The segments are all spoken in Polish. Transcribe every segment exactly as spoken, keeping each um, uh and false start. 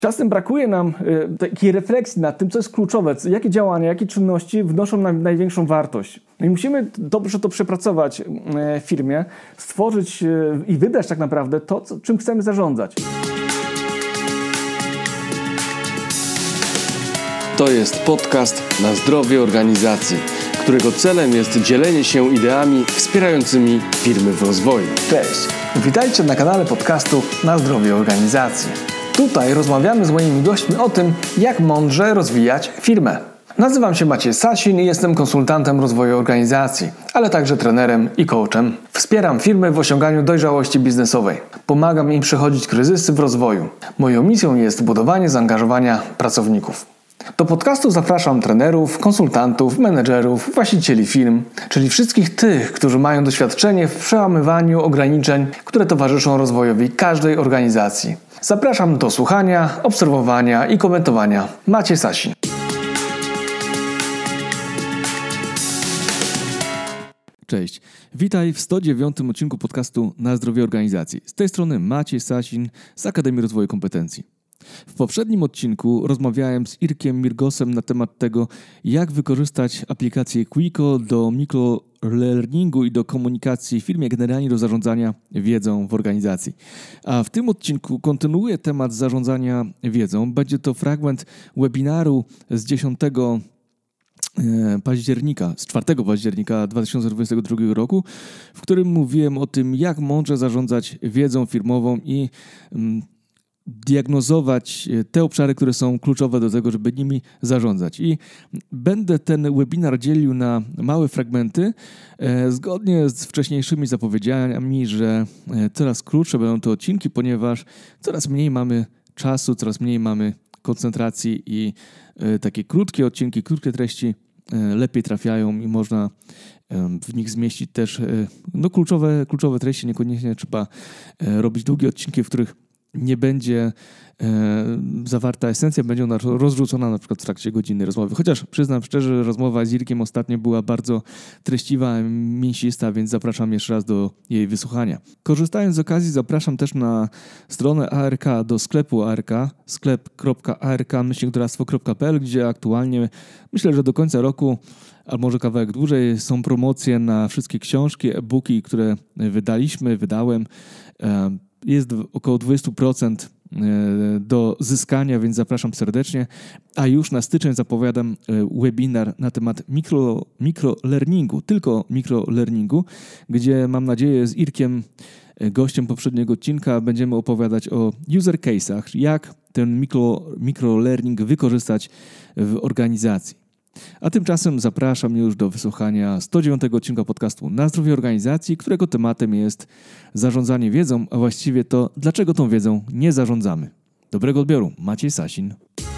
Czasem brakuje nam y, takiej refleksji nad tym, co jest kluczowe, jakie działania, jakie czynności wnoszą nam największą wartość. No i musimy dobrze to przepracować y, w firmie, stworzyć y, i wybrać tak naprawdę to, co, czym chcemy zarządzać. To jest podcast na zdrowie organizacji, którego celem jest dzielenie się ideami wspierającymi firmy w rozwoju. Cześć, witajcie na kanale podcastu Na zdrowie organizacji. Tutaj rozmawiamy z moimi gośćmi o tym, jak mądrze rozwijać firmę. Nazywam się Maciej Sasin i jestem konsultantem rozwoju organizacji, ale także trenerem i coachem. Wspieram firmy w osiąganiu dojrzałości biznesowej. Pomagam im przechodzić kryzysy w rozwoju. Moją misją jest budowanie zaangażowania pracowników. Do podcastu zapraszam trenerów, konsultantów, menedżerów, właścicieli firm, czyli wszystkich tych, którzy mają doświadczenie w przełamywaniu ograniczeń, które towarzyszą rozwojowi każdej organizacji. Zapraszam do słuchania, obserwowania i komentowania. Maciej Sasin. Cześć, witaj w sto dziewiątym odcinku podcastu Na zdrowie organizacji. Z tej strony Maciej Sasin z Akademii Rozwoju Kompetencji. W poprzednim odcinku rozmawiałem z Irkiem Mirgosem na temat tego, jak wykorzystać aplikację Quico do mikrolearningu i do komunikacji w firmie, generalnie do zarządzania wiedzą w organizacji. A w tym odcinku kontynuuję temat zarządzania wiedzą. Będzie to fragment webinaru z dziesiątego października, z czwartego października dwa tysiące dwudziestego drugiego roku, w którym mówiłem o tym, jak mądrze zarządzać wiedzą firmową i mm, diagnozować te obszary, które są kluczowe do tego, żeby nimi zarządzać. I będę ten webinar dzielił na małe fragmenty, e, zgodnie z wcześniejszymi zapowiedziami, że coraz krótsze będą te odcinki, ponieważ coraz mniej mamy czasu, coraz mniej mamy koncentracji i e, takie krótkie odcinki, krótkie treści e, lepiej trafiają i można e, w nich zmieścić też e, no, kluczowe, kluczowe treści. Niekoniecznie trzeba e, robić długie odcinki, w których nie będzie e, zawarta esencja, będzie ona rozrzucona na przykład w trakcie godziny rozmowy. Chociaż przyznam szczerze, że rozmowa z Irkiem ostatnio była bardzo treściwa, mięsista, więc zapraszam jeszcze raz do jej wysłuchania. Korzystając z okazji, zapraszam też na stronę A R K, do sklepu A R K, sklep kropka a r k myślnik doradztwo kropka p l, gdzie aktualnie, myślę, że do końca roku, albo może kawałek dłużej, są promocje na wszystkie książki, e-booki, które wydaliśmy, wydałem. E, Jest około dwadzieścia procent do zyskania, więc zapraszam serdecznie. A już na styczeń zapowiadam webinar na temat mikro, mikrolearningu, tylko mikrolearningu, gdzie mam nadzieję z Irkiem, gościem poprzedniego odcinka, będziemy opowiadać o user case'ach, jak ten mikro, mikrolearning wykorzystać w organizacji. A tymczasem zapraszam już do wysłuchania sto dziewiątego odcinka podcastu Na zdrowie organizacji, którego tematem jest zarządzanie wiedzą, a właściwie to, dlaczego tą wiedzą nie zarządzamy. Dobrego odbioru. Maciej Sasin.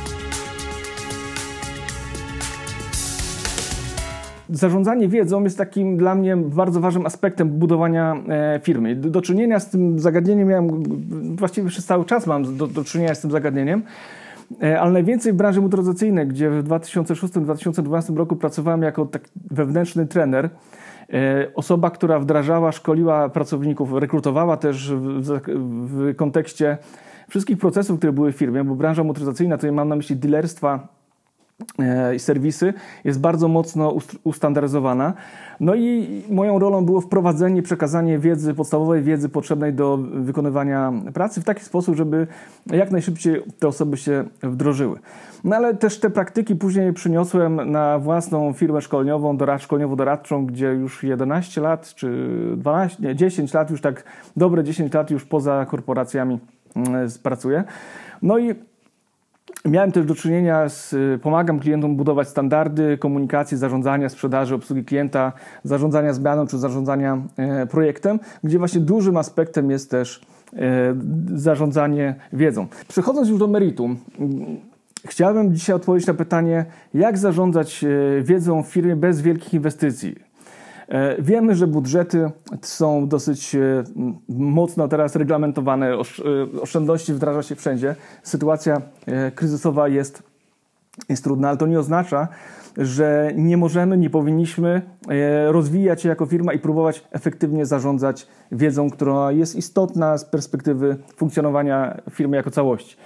Zarządzanie wiedzą jest takim dla mnie bardzo ważnym aspektem budowania e, firmy. Do, do czynienia z tym zagadnieniem miałem, właściwie przez cały czas mam do, do czynienia z tym zagadnieniem, ale najwięcej w branży motoryzacyjnej, gdzie w dwa tysiące szóstym do dwa tysiące dwunastego roku pracowałem jako tak wewnętrzny trener. Osoba, która wdrażała, szkoliła pracowników, rekrutowała też w, w kontekście wszystkich procesów, które były w firmie, bo branża motoryzacyjna, tutaj mam na myśli dealerstwa i serwisy, jest bardzo mocno ustandaryzowana. No i moją rolą było wprowadzenie, przekazanie wiedzy, podstawowej wiedzy potrzebnej do wykonywania pracy w taki sposób, żeby jak najszybciej te osoby się wdrożyły. No ale też te praktyki później przyniosłem na własną firmę szkoleniową, dorad, szkoleniowo-doradczą, gdzie już jedenaście lat, czy dwanaście, nie, dziesięć lat, już tak dobre dziesięć lat już poza korporacjami pracuję. No i miałem też do czynienia z, pomagam klientom budować standardy komunikacji, zarządzania, sprzedaży, obsługi klienta, zarządzania zmianą czy zarządzania e, projektem, gdzie właśnie dużym aspektem jest też e, zarządzanie wiedzą. Przechodząc już do meritum, chciałbym dzisiaj odpowiedzieć na pytanie, jak zarządzać e, wiedzą w firmie bez wielkich inwestycji. Wiemy, że budżety są dosyć mocno teraz reglamentowane, oszczędności wdraża się wszędzie. Sytuacja kryzysowa jest, jest trudna, ale to nie oznacza, że nie możemy, nie powinniśmy rozwijać się jako firma i próbować efektywnie zarządzać wiedzą, która jest istotna z perspektywy funkcjonowania firmy jako całości.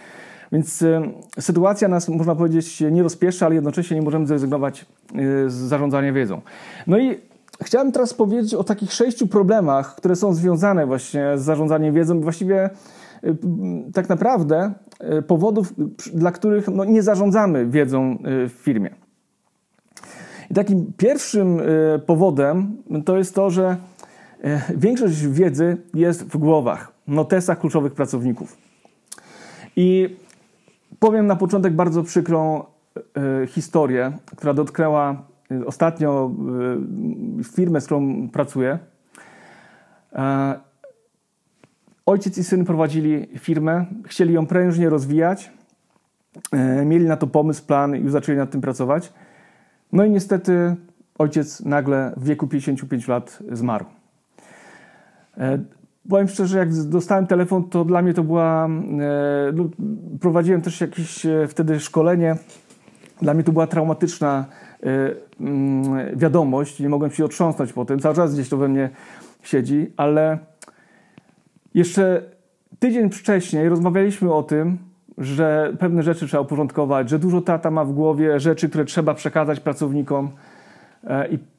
Więc y, sytuacja nas, można powiedzieć, nie rozpieszcza, ale jednocześnie nie możemy zrezygnować y, z zarządzania wiedzą. No i chciałem teraz powiedzieć o takich sześciu problemach, które są związane właśnie z zarządzaniem wiedzą. Właściwie y, y, tak naprawdę y, powodów, y, dla których no, nie zarządzamy wiedzą y, w firmie. I takim pierwszym y, powodem to jest to, że y, większość wiedzy jest w głowach, notesach kluczowych pracowników. I powiem na początek bardzo przykrą y, historię, która dotknęła y, ostatnio y, firmę, z którą pracuję. E, ojciec i syn prowadzili firmę, chcieli ją prężnie rozwijać, y, mieli na to pomysł, plan i już zaczęli nad tym pracować. No i niestety ojciec nagle w wieku pięćdziesięciu pięciu lat zmarł. E, Powiem szczerze, jak dostałem telefon, to dla mnie to była... E, no, prowadziłem też jakieś e, wtedy szkolenie. Dla mnie to była traumatyczna e, mm, wiadomość. Nie mogłem się otrząsnąć po tym. Cały czas gdzieś to we mnie siedzi, ale jeszcze tydzień wcześniej rozmawialiśmy o tym, że pewne rzeczy trzeba uporządkować, że dużo tata ma w głowie rzeczy, które trzeba przekazać pracownikom. E, I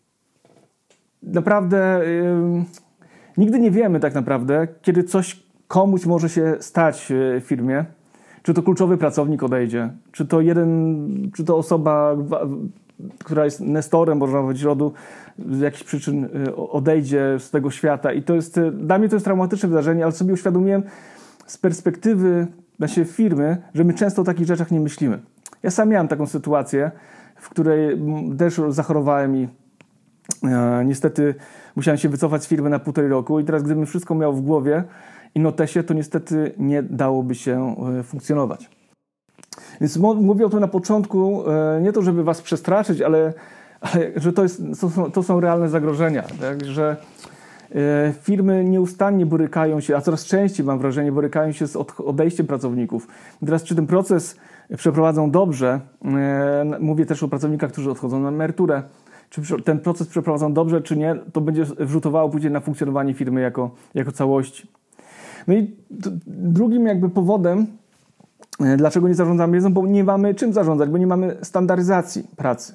naprawdę... E, Nigdy nie wiemy tak naprawdę, kiedy coś komuś może się stać w firmie. Czy to kluczowy pracownik odejdzie, czy to jeden, czy to osoba, która jest nestorem, można powiedzieć, rodu, z jakichś przyczyn odejdzie z tego świata. I to jest, dla mnie to jest traumatyczne wydarzenie, ale sobie uświadomiłem z perspektywy naszej firmy, że my często o takich rzeczach nie myślimy. Ja sam miałem taką sytuację, w której też zachorowałem i e, niestety musiałem się wycofać z firmy na półtorej roku i teraz gdybym wszystko miał w głowie i notesie, to niestety nie dałoby się funkcjonować. Więc mówię o tym na początku, nie to, żeby was przestraszyć, ale, ale że to, jest, to, są, to są realne zagrożenia. Tak? Że firmy nieustannie borykają się, a coraz częściej mam wrażenie, borykają się z odejściem pracowników. I teraz czy ten proces przeprowadzą dobrze, mówię też o pracownikach, którzy odchodzą na emeryturę, czy ten proces przeprowadzą dobrze, czy nie, to będzie wrzutowało później na funkcjonowanie firmy jako, jako całości. No i drugim jakby powodem, dlaczego nie zarządzamy wiedzą, bo nie mamy czym zarządzać, bo nie mamy standaryzacji pracy.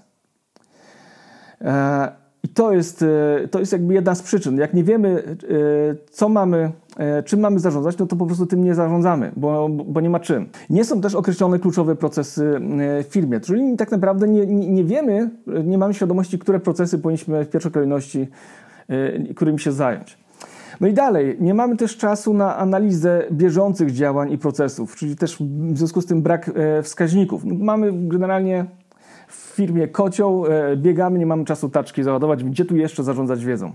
I to jest, to jest jakby jedna z przyczyn. Jak nie wiemy, co mamy, czym mamy zarządzać, no to po prostu tym nie zarządzamy, bo, bo nie ma czym. Nie są też określone kluczowe procesy w firmie, czyli tak naprawdę nie, nie, nie wiemy, nie mamy świadomości, które procesy powinniśmy w pierwszej kolejności, którymi się zająć. No i dalej, nie mamy też czasu na analizę bieżących działań i procesów, czyli też w związku z tym brak wskaźników. Mamy generalnie w firmie kocioł, biegamy, nie mamy czasu taczki załadować, gdzie tu jeszcze zarządzać wiedzą.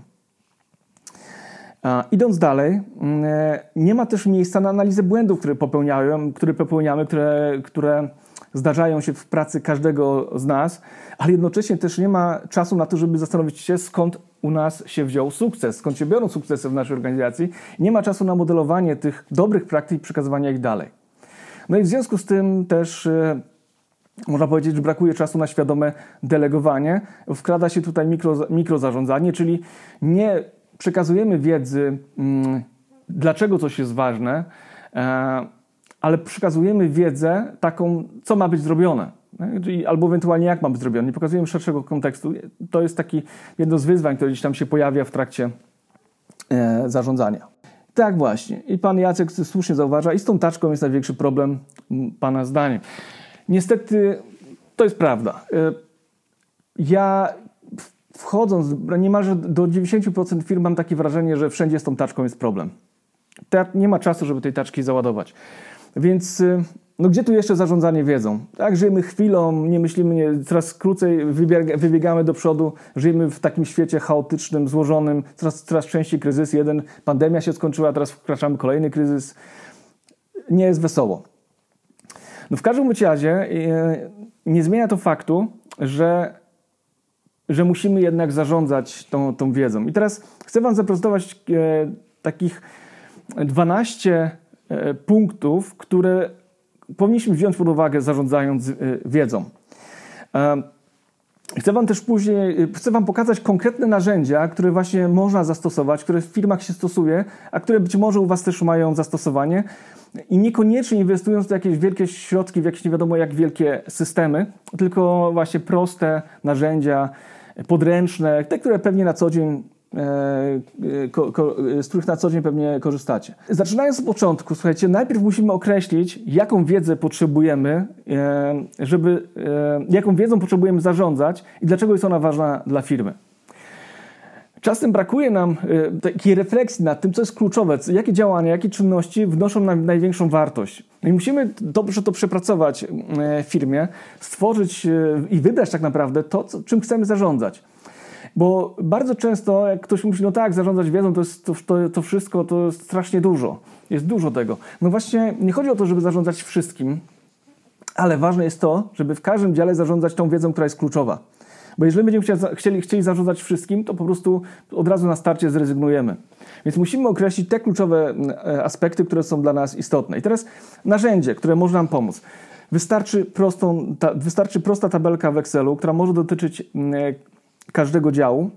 Idąc dalej, nie ma też miejsca na analizę błędów, które popełniają, które popełniamy, które, które zdarzają się w pracy każdego z nas, ale jednocześnie też nie ma czasu na to, żeby zastanowić się, skąd u nas się wziął sukces, skąd się biorą sukcesy w naszej organizacji. Nie ma czasu na modelowanie tych dobrych praktyk i przekazywania ich dalej. No i w związku z tym też można powiedzieć, że brakuje czasu na świadome delegowanie. Wkrada się tutaj mikro, mikrozarządzanie, czyli nie przekazujemy wiedzy, hmm, dlaczego coś jest ważne, e, ale przekazujemy wiedzę taką, co ma być zrobione. Czyli, albo ewentualnie jak ma być zrobione. Nie pokazujemy szerszego kontekstu. To jest taki jedno z wyzwań, które gdzieś tam się pojawia w trakcie e, zarządzania. Tak właśnie. I pan Jacek słusznie zauważa, i z tą taczką jest największy problem pana zdaniem. Niestety to jest prawda. Ja wchodząc niemalże do dziewięćdziesiąt procent firm mam takie wrażenie, że wszędzie z tą taczką jest problem. Nie ma czasu, żeby tej taczki załadować. Więc no gdzie tu jeszcze zarządzanie wiedzą? Tak, żyjemy chwilą, nie myślimy, nie, coraz krócej wybiegamy do przodu, żyjemy w takim świecie chaotycznym, złożonym, coraz, coraz częściej kryzys. Jeden, pandemia się skończyła, teraz wkraczamy kolejny kryzys. Nie jest wesoło. No w każdym razie nie zmienia to faktu, że, że musimy jednak zarządzać tą, tą wiedzą. I teraz chcę wam zaprezentować e, takich dwanaście e, punktów, które powinniśmy wziąć pod uwagę, zarządzając e, wiedzą. E, Chcę Wam też później, chcę Wam pokazać konkretne narzędzia, które właśnie można zastosować, które w firmach się stosuje, a które być może u Was też mają zastosowanie i niekoniecznie inwestując w jakieś wielkie środki, w jakieś nie wiadomo jak wielkie systemy, tylko właśnie proste narzędzia, podręczne, te, które pewnie na co dzień Ko, ko, z których na co dzień pewnie korzystacie. Zaczynając od początku, słuchajcie, najpierw musimy określić, jaką wiedzę potrzebujemy, żeby, jaką wiedzą potrzebujemy zarządzać i dlaczego jest ona ważna dla firmy. Czasem brakuje nam takiej refleksji nad tym, co jest kluczowe, jakie działania, jakie czynności wnoszą nam największą wartość. I musimy dobrze to przepracować w firmie, stworzyć i wybrać tak naprawdę to, czym chcemy zarządzać. Bo bardzo często, jak ktoś mówi, no tak, zarządzać wiedzą, to, jest, to, to, to wszystko to jest strasznie dużo. Jest dużo tego. No właśnie, nie chodzi o to, żeby zarządzać wszystkim, ale ważne jest to, żeby w każdym dziale zarządzać tą wiedzą, która jest kluczowa. Bo jeżeli będziemy chcieli, chcieli zarządzać wszystkim, to po prostu od razu na starcie zrezygnujemy. Więc musimy określić te kluczowe aspekty, które są dla nas istotne. I teraz narzędzie, które może nam pomóc. Wystarczy, prostą, ta, wystarczy prosta tabelka w Excelu, która może dotyczyć każdego działu,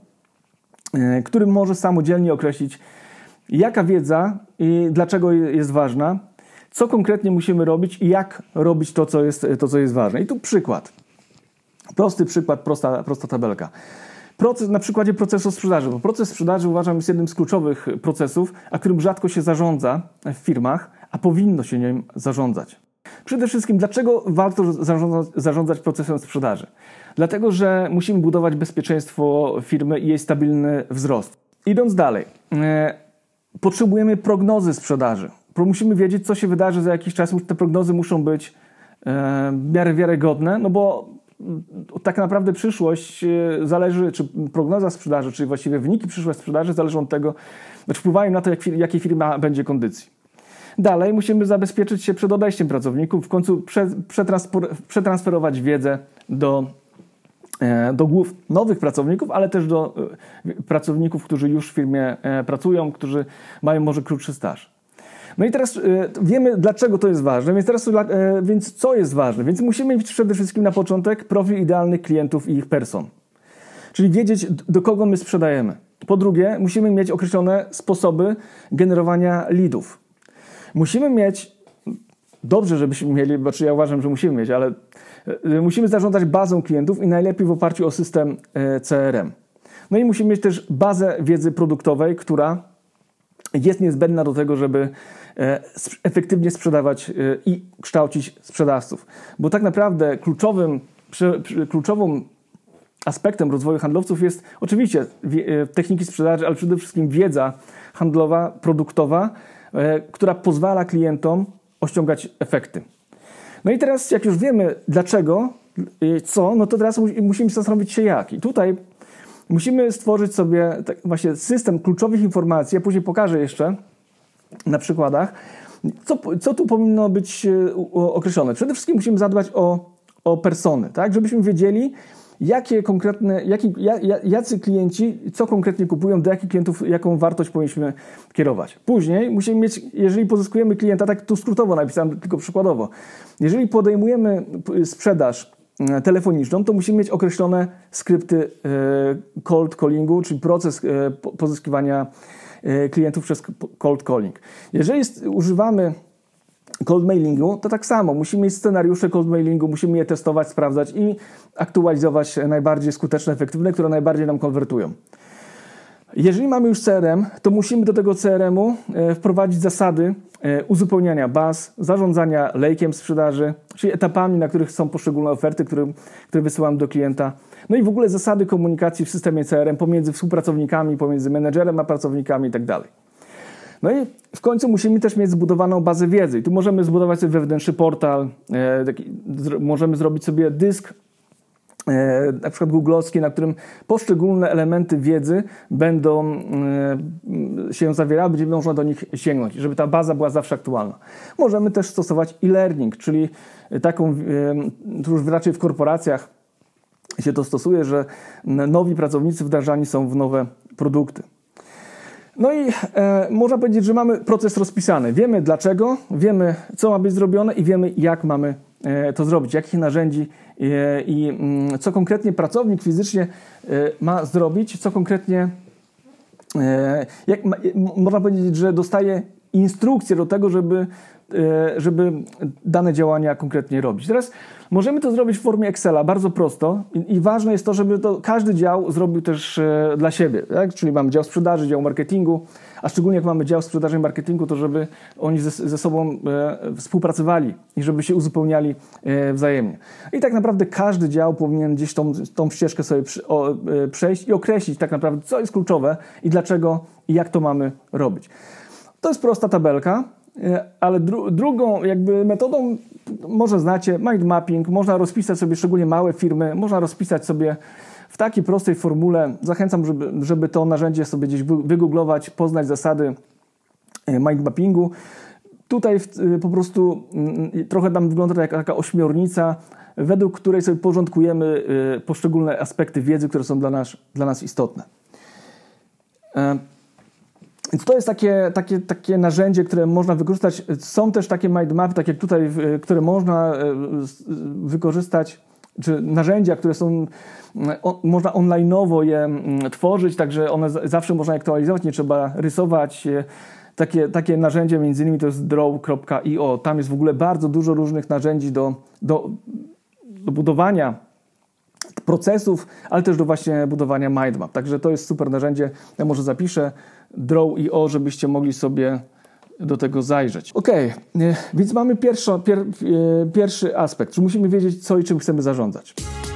który może samodzielnie określić, jaka wiedza i dlaczego jest ważna, co konkretnie musimy robić i jak robić to, co jest, to, co jest ważne. I tu przykład. Prosty przykład, prosta, prosta tabelka. Proces, na przykładzie procesu sprzedaży, bo proces sprzedaży uważam jest jednym z kluczowych procesów, a którym rzadko się zarządza w firmach, a powinno się nim zarządzać. Przede wszystkim, dlaczego warto zarządzać, zarządzać procesem sprzedaży? Dlatego, że musimy budować bezpieczeństwo firmy i jej stabilny wzrost. Idąc dalej, e, potrzebujemy prognozy sprzedaży. Musimy wiedzieć, co się wydarzy za jakiś czas. Te prognozy muszą być e, w miarę wiarygodne, no bo tak naprawdę przyszłość zależy, czy prognoza sprzedaży, czy właściwie wyniki przyszłej sprzedaży zależą od tego, znaczy wpływają na to, jak, jakiej firma będzie kondycji. Dalej musimy zabezpieczyć się przed odejściem pracowników, w końcu przetransferować wiedzę do, do głów nowych pracowników, ale też do pracowników, którzy już w firmie pracują, którzy mają może krótszy staż. No i teraz wiemy, dlaczego to jest ważne, więc, teraz, więc co jest ważne? Więc musimy mieć przede wszystkim na początek profil idealnych klientów i ich person. Czyli wiedzieć, do kogo my sprzedajemy. Po drugie, musimy mieć określone sposoby generowania leadów. Musimy mieć, dobrze żebyśmy mieli, znaczy ja uważam, że musimy mieć, ale musimy zarządzać bazą klientów i najlepiej w oparciu o system C R M. No i musimy mieć też bazę wiedzy produktowej, która jest niezbędna do tego, żeby efektywnie sprzedawać i kształcić sprzedawców. Bo tak naprawdę kluczowym, kluczową aspektem rozwoju handlowców jest oczywiście techniki sprzedaży, ale przede wszystkim wiedza handlowa, produktowa, która pozwala klientom osiągać efekty. No i teraz, jak już wiemy dlaczego, co, no to teraz musimy zastanowić się jak. I tutaj musimy stworzyć sobie tak właśnie system kluczowych informacji. Ja później pokażę jeszcze na przykładach, co, co tu powinno być określone. Przede wszystkim musimy zadbać o, o persony, tak, żebyśmy wiedzieli, jakie konkretne, jaki, jacy klienci co konkretnie kupują, do jakich klientów jaką wartość powinniśmy kierować. Później musimy mieć, jeżeli pozyskujemy klienta, tak tu skrótowo napisałem, tylko przykładowo, jeżeli podejmujemy sprzedaż telefoniczną, to musimy mieć określone skrypty cold callingu, czyli proces pozyskiwania klientów przez cold calling. Jeżeli używamy cold mailingu, to tak samo. Musimy mieć scenariusze cold mailingu, musimy je testować, sprawdzać i aktualizować najbardziej skuteczne, efektywne, które najbardziej nam konwertują. Jeżeli mamy już C R M, to musimy do tego C R M-u wprowadzić zasady uzupełniania baz, zarządzania lejkiem sprzedaży, czyli etapami, na których są poszczególne oferty, które, które wysyłamy do klienta. No i w ogóle zasady komunikacji w systemie C R M pomiędzy współpracownikami, pomiędzy menedżerem a pracownikami i tak dalej. No i w końcu musimy też mieć zbudowaną bazę wiedzy. I tu możemy zbudować sobie wewnętrzny portal, e, taki, z, możemy zrobić sobie dysk, e, na przykład googlowski, na którym poszczególne elementy wiedzy będą e, się zawierały, będzie można do nich sięgnąć, żeby ta baza była zawsze aktualna. Możemy też stosować e-learning, czyli taką, e, to już raczej w korporacjach się to stosuje, że nowi pracownicy wdrażani są w nowe produkty. No i e, można powiedzieć, że mamy proces rozpisany. Wiemy dlaczego, wiemy co ma być zrobione i wiemy jak mamy to zrobić, jakich narzędzi i co konkretnie pracownik fizycznie ma zrobić, co konkretnie, jak, można powiedzieć, że dostaje instrukcję do tego, żeby, żeby dane działania konkretnie robić. Teraz możemy to zrobić w formie Excela, bardzo prosto i, i ważne jest to, żeby to każdy dział zrobił też e, dla siebie, tak? Czyli mamy dział sprzedaży, dział marketingu, a szczególnie jak mamy dział sprzedaży i marketingu, to żeby oni ze, ze sobą e, współpracowali i żeby się uzupełniali e, wzajemnie. I tak naprawdę każdy dział powinien gdzieś tą, tą ścieżkę sobie przy, o, e, przejść i określić tak naprawdę, co jest kluczowe i dlaczego i jak to mamy robić. To jest prosta tabelka, ale dru- drugą jakby metodą, może znacie, mind mapping, można rozpisać sobie szczególnie małe firmy, można rozpisać sobie w takiej prostej formule. Zachęcam, żeby, żeby to narzędzie sobie gdzieś wygooglować, poznać zasady mind mappingu. Tutaj po prostu trochę tam wygląda jak taka ośmiornica, według której sobie porządkujemy poszczególne aspekty wiedzy, które są dla nas, dla nas istotne. Więc to jest takie, takie, takie narzędzie, które można wykorzystać. Są też takie mindmapy, tak jak tutaj, które można wykorzystać, czy narzędzia, które są, o, można online'owo je tworzyć, także one zawsze można je aktualizować, nie trzeba rysować. Takie, takie narzędzie między innymi to jest draw kropka i o. Tam jest w ogóle bardzo dużo różnych narzędzi do, do, do budowania procesów, ale też do właśnie budowania mindmap. Także to jest super narzędzie. Ja może zapiszę draw kropka i o, żebyście mogli sobie do tego zajrzeć. Ok, więc mamy pierwszo, pier, pierwszy aspekt, że musimy wiedzieć, co i czym chcemy zarządzać.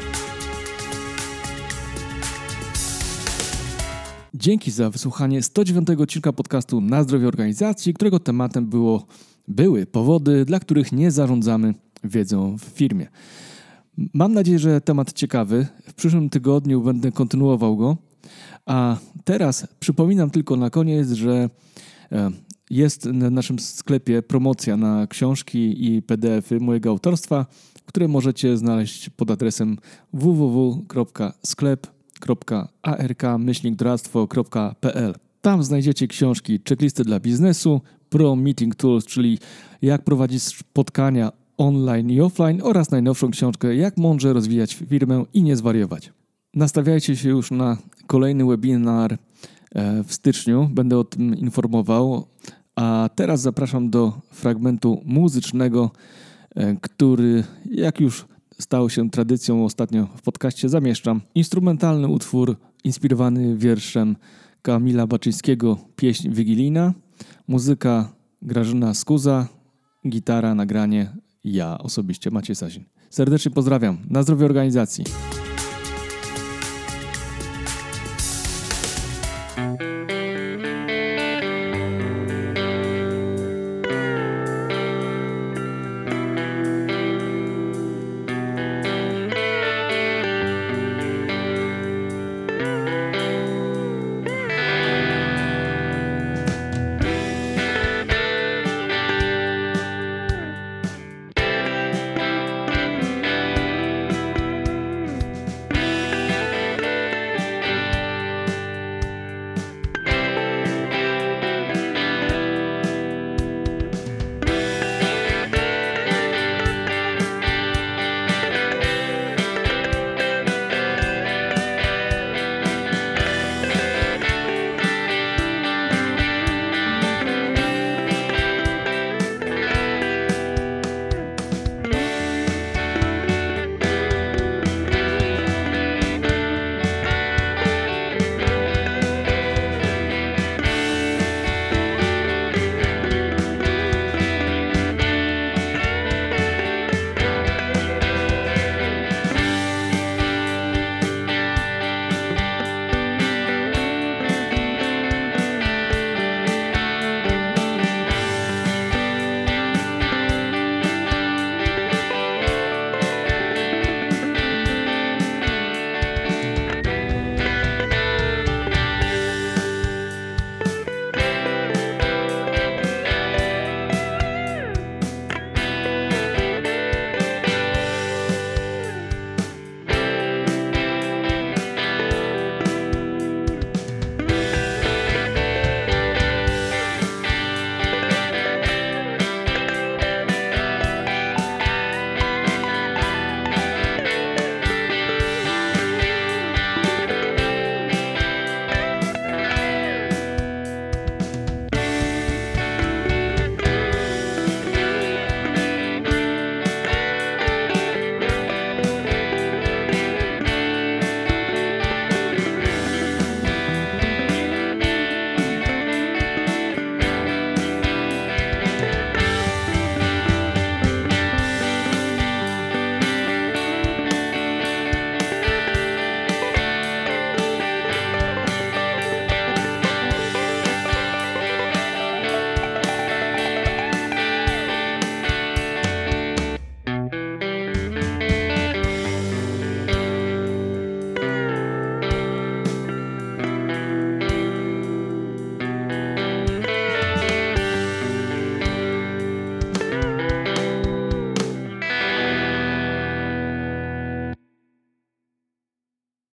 Dzięki za wysłuchanie sto dziewiątego odcinka podcastu Na zdrowie organizacji, którego tematem było, były powody, dla których nie zarządzamy wiedzą w firmie. Mam nadzieję, że temat ciekawy. W przyszłym tygodniu będę kontynuował go. A teraz przypominam tylko na koniec, że jest na naszym sklepie promocja na książki i P D F-y mojego autorstwa, które możecie znaleźć pod adresem w w w kropka sklep kropka ark myślnik doradztwo kropka p l. Tam znajdziecie książki Checklisty dla biznesu, Pro Meeting Tools, czyli jak prowadzić spotkania online i offline oraz najnowszą książkę Jak mądrze rozwijać firmę i nie zwariować. Nastawiajcie się już na kolejny webinar w styczniu, będę o tym informował, a teraz zapraszam do fragmentu muzycznego, który jak już stało się tradycją ostatnio w podcaście zamieszczam. Instrumentalny utwór inspirowany wierszem Kamila Baczyńskiego Pieśń Wigilijna, muzyka Grażyna Skuza, gitara, nagranie ja osobiście, Maciej Sasin. Serdecznie pozdrawiam. Na zdrowie organizacji.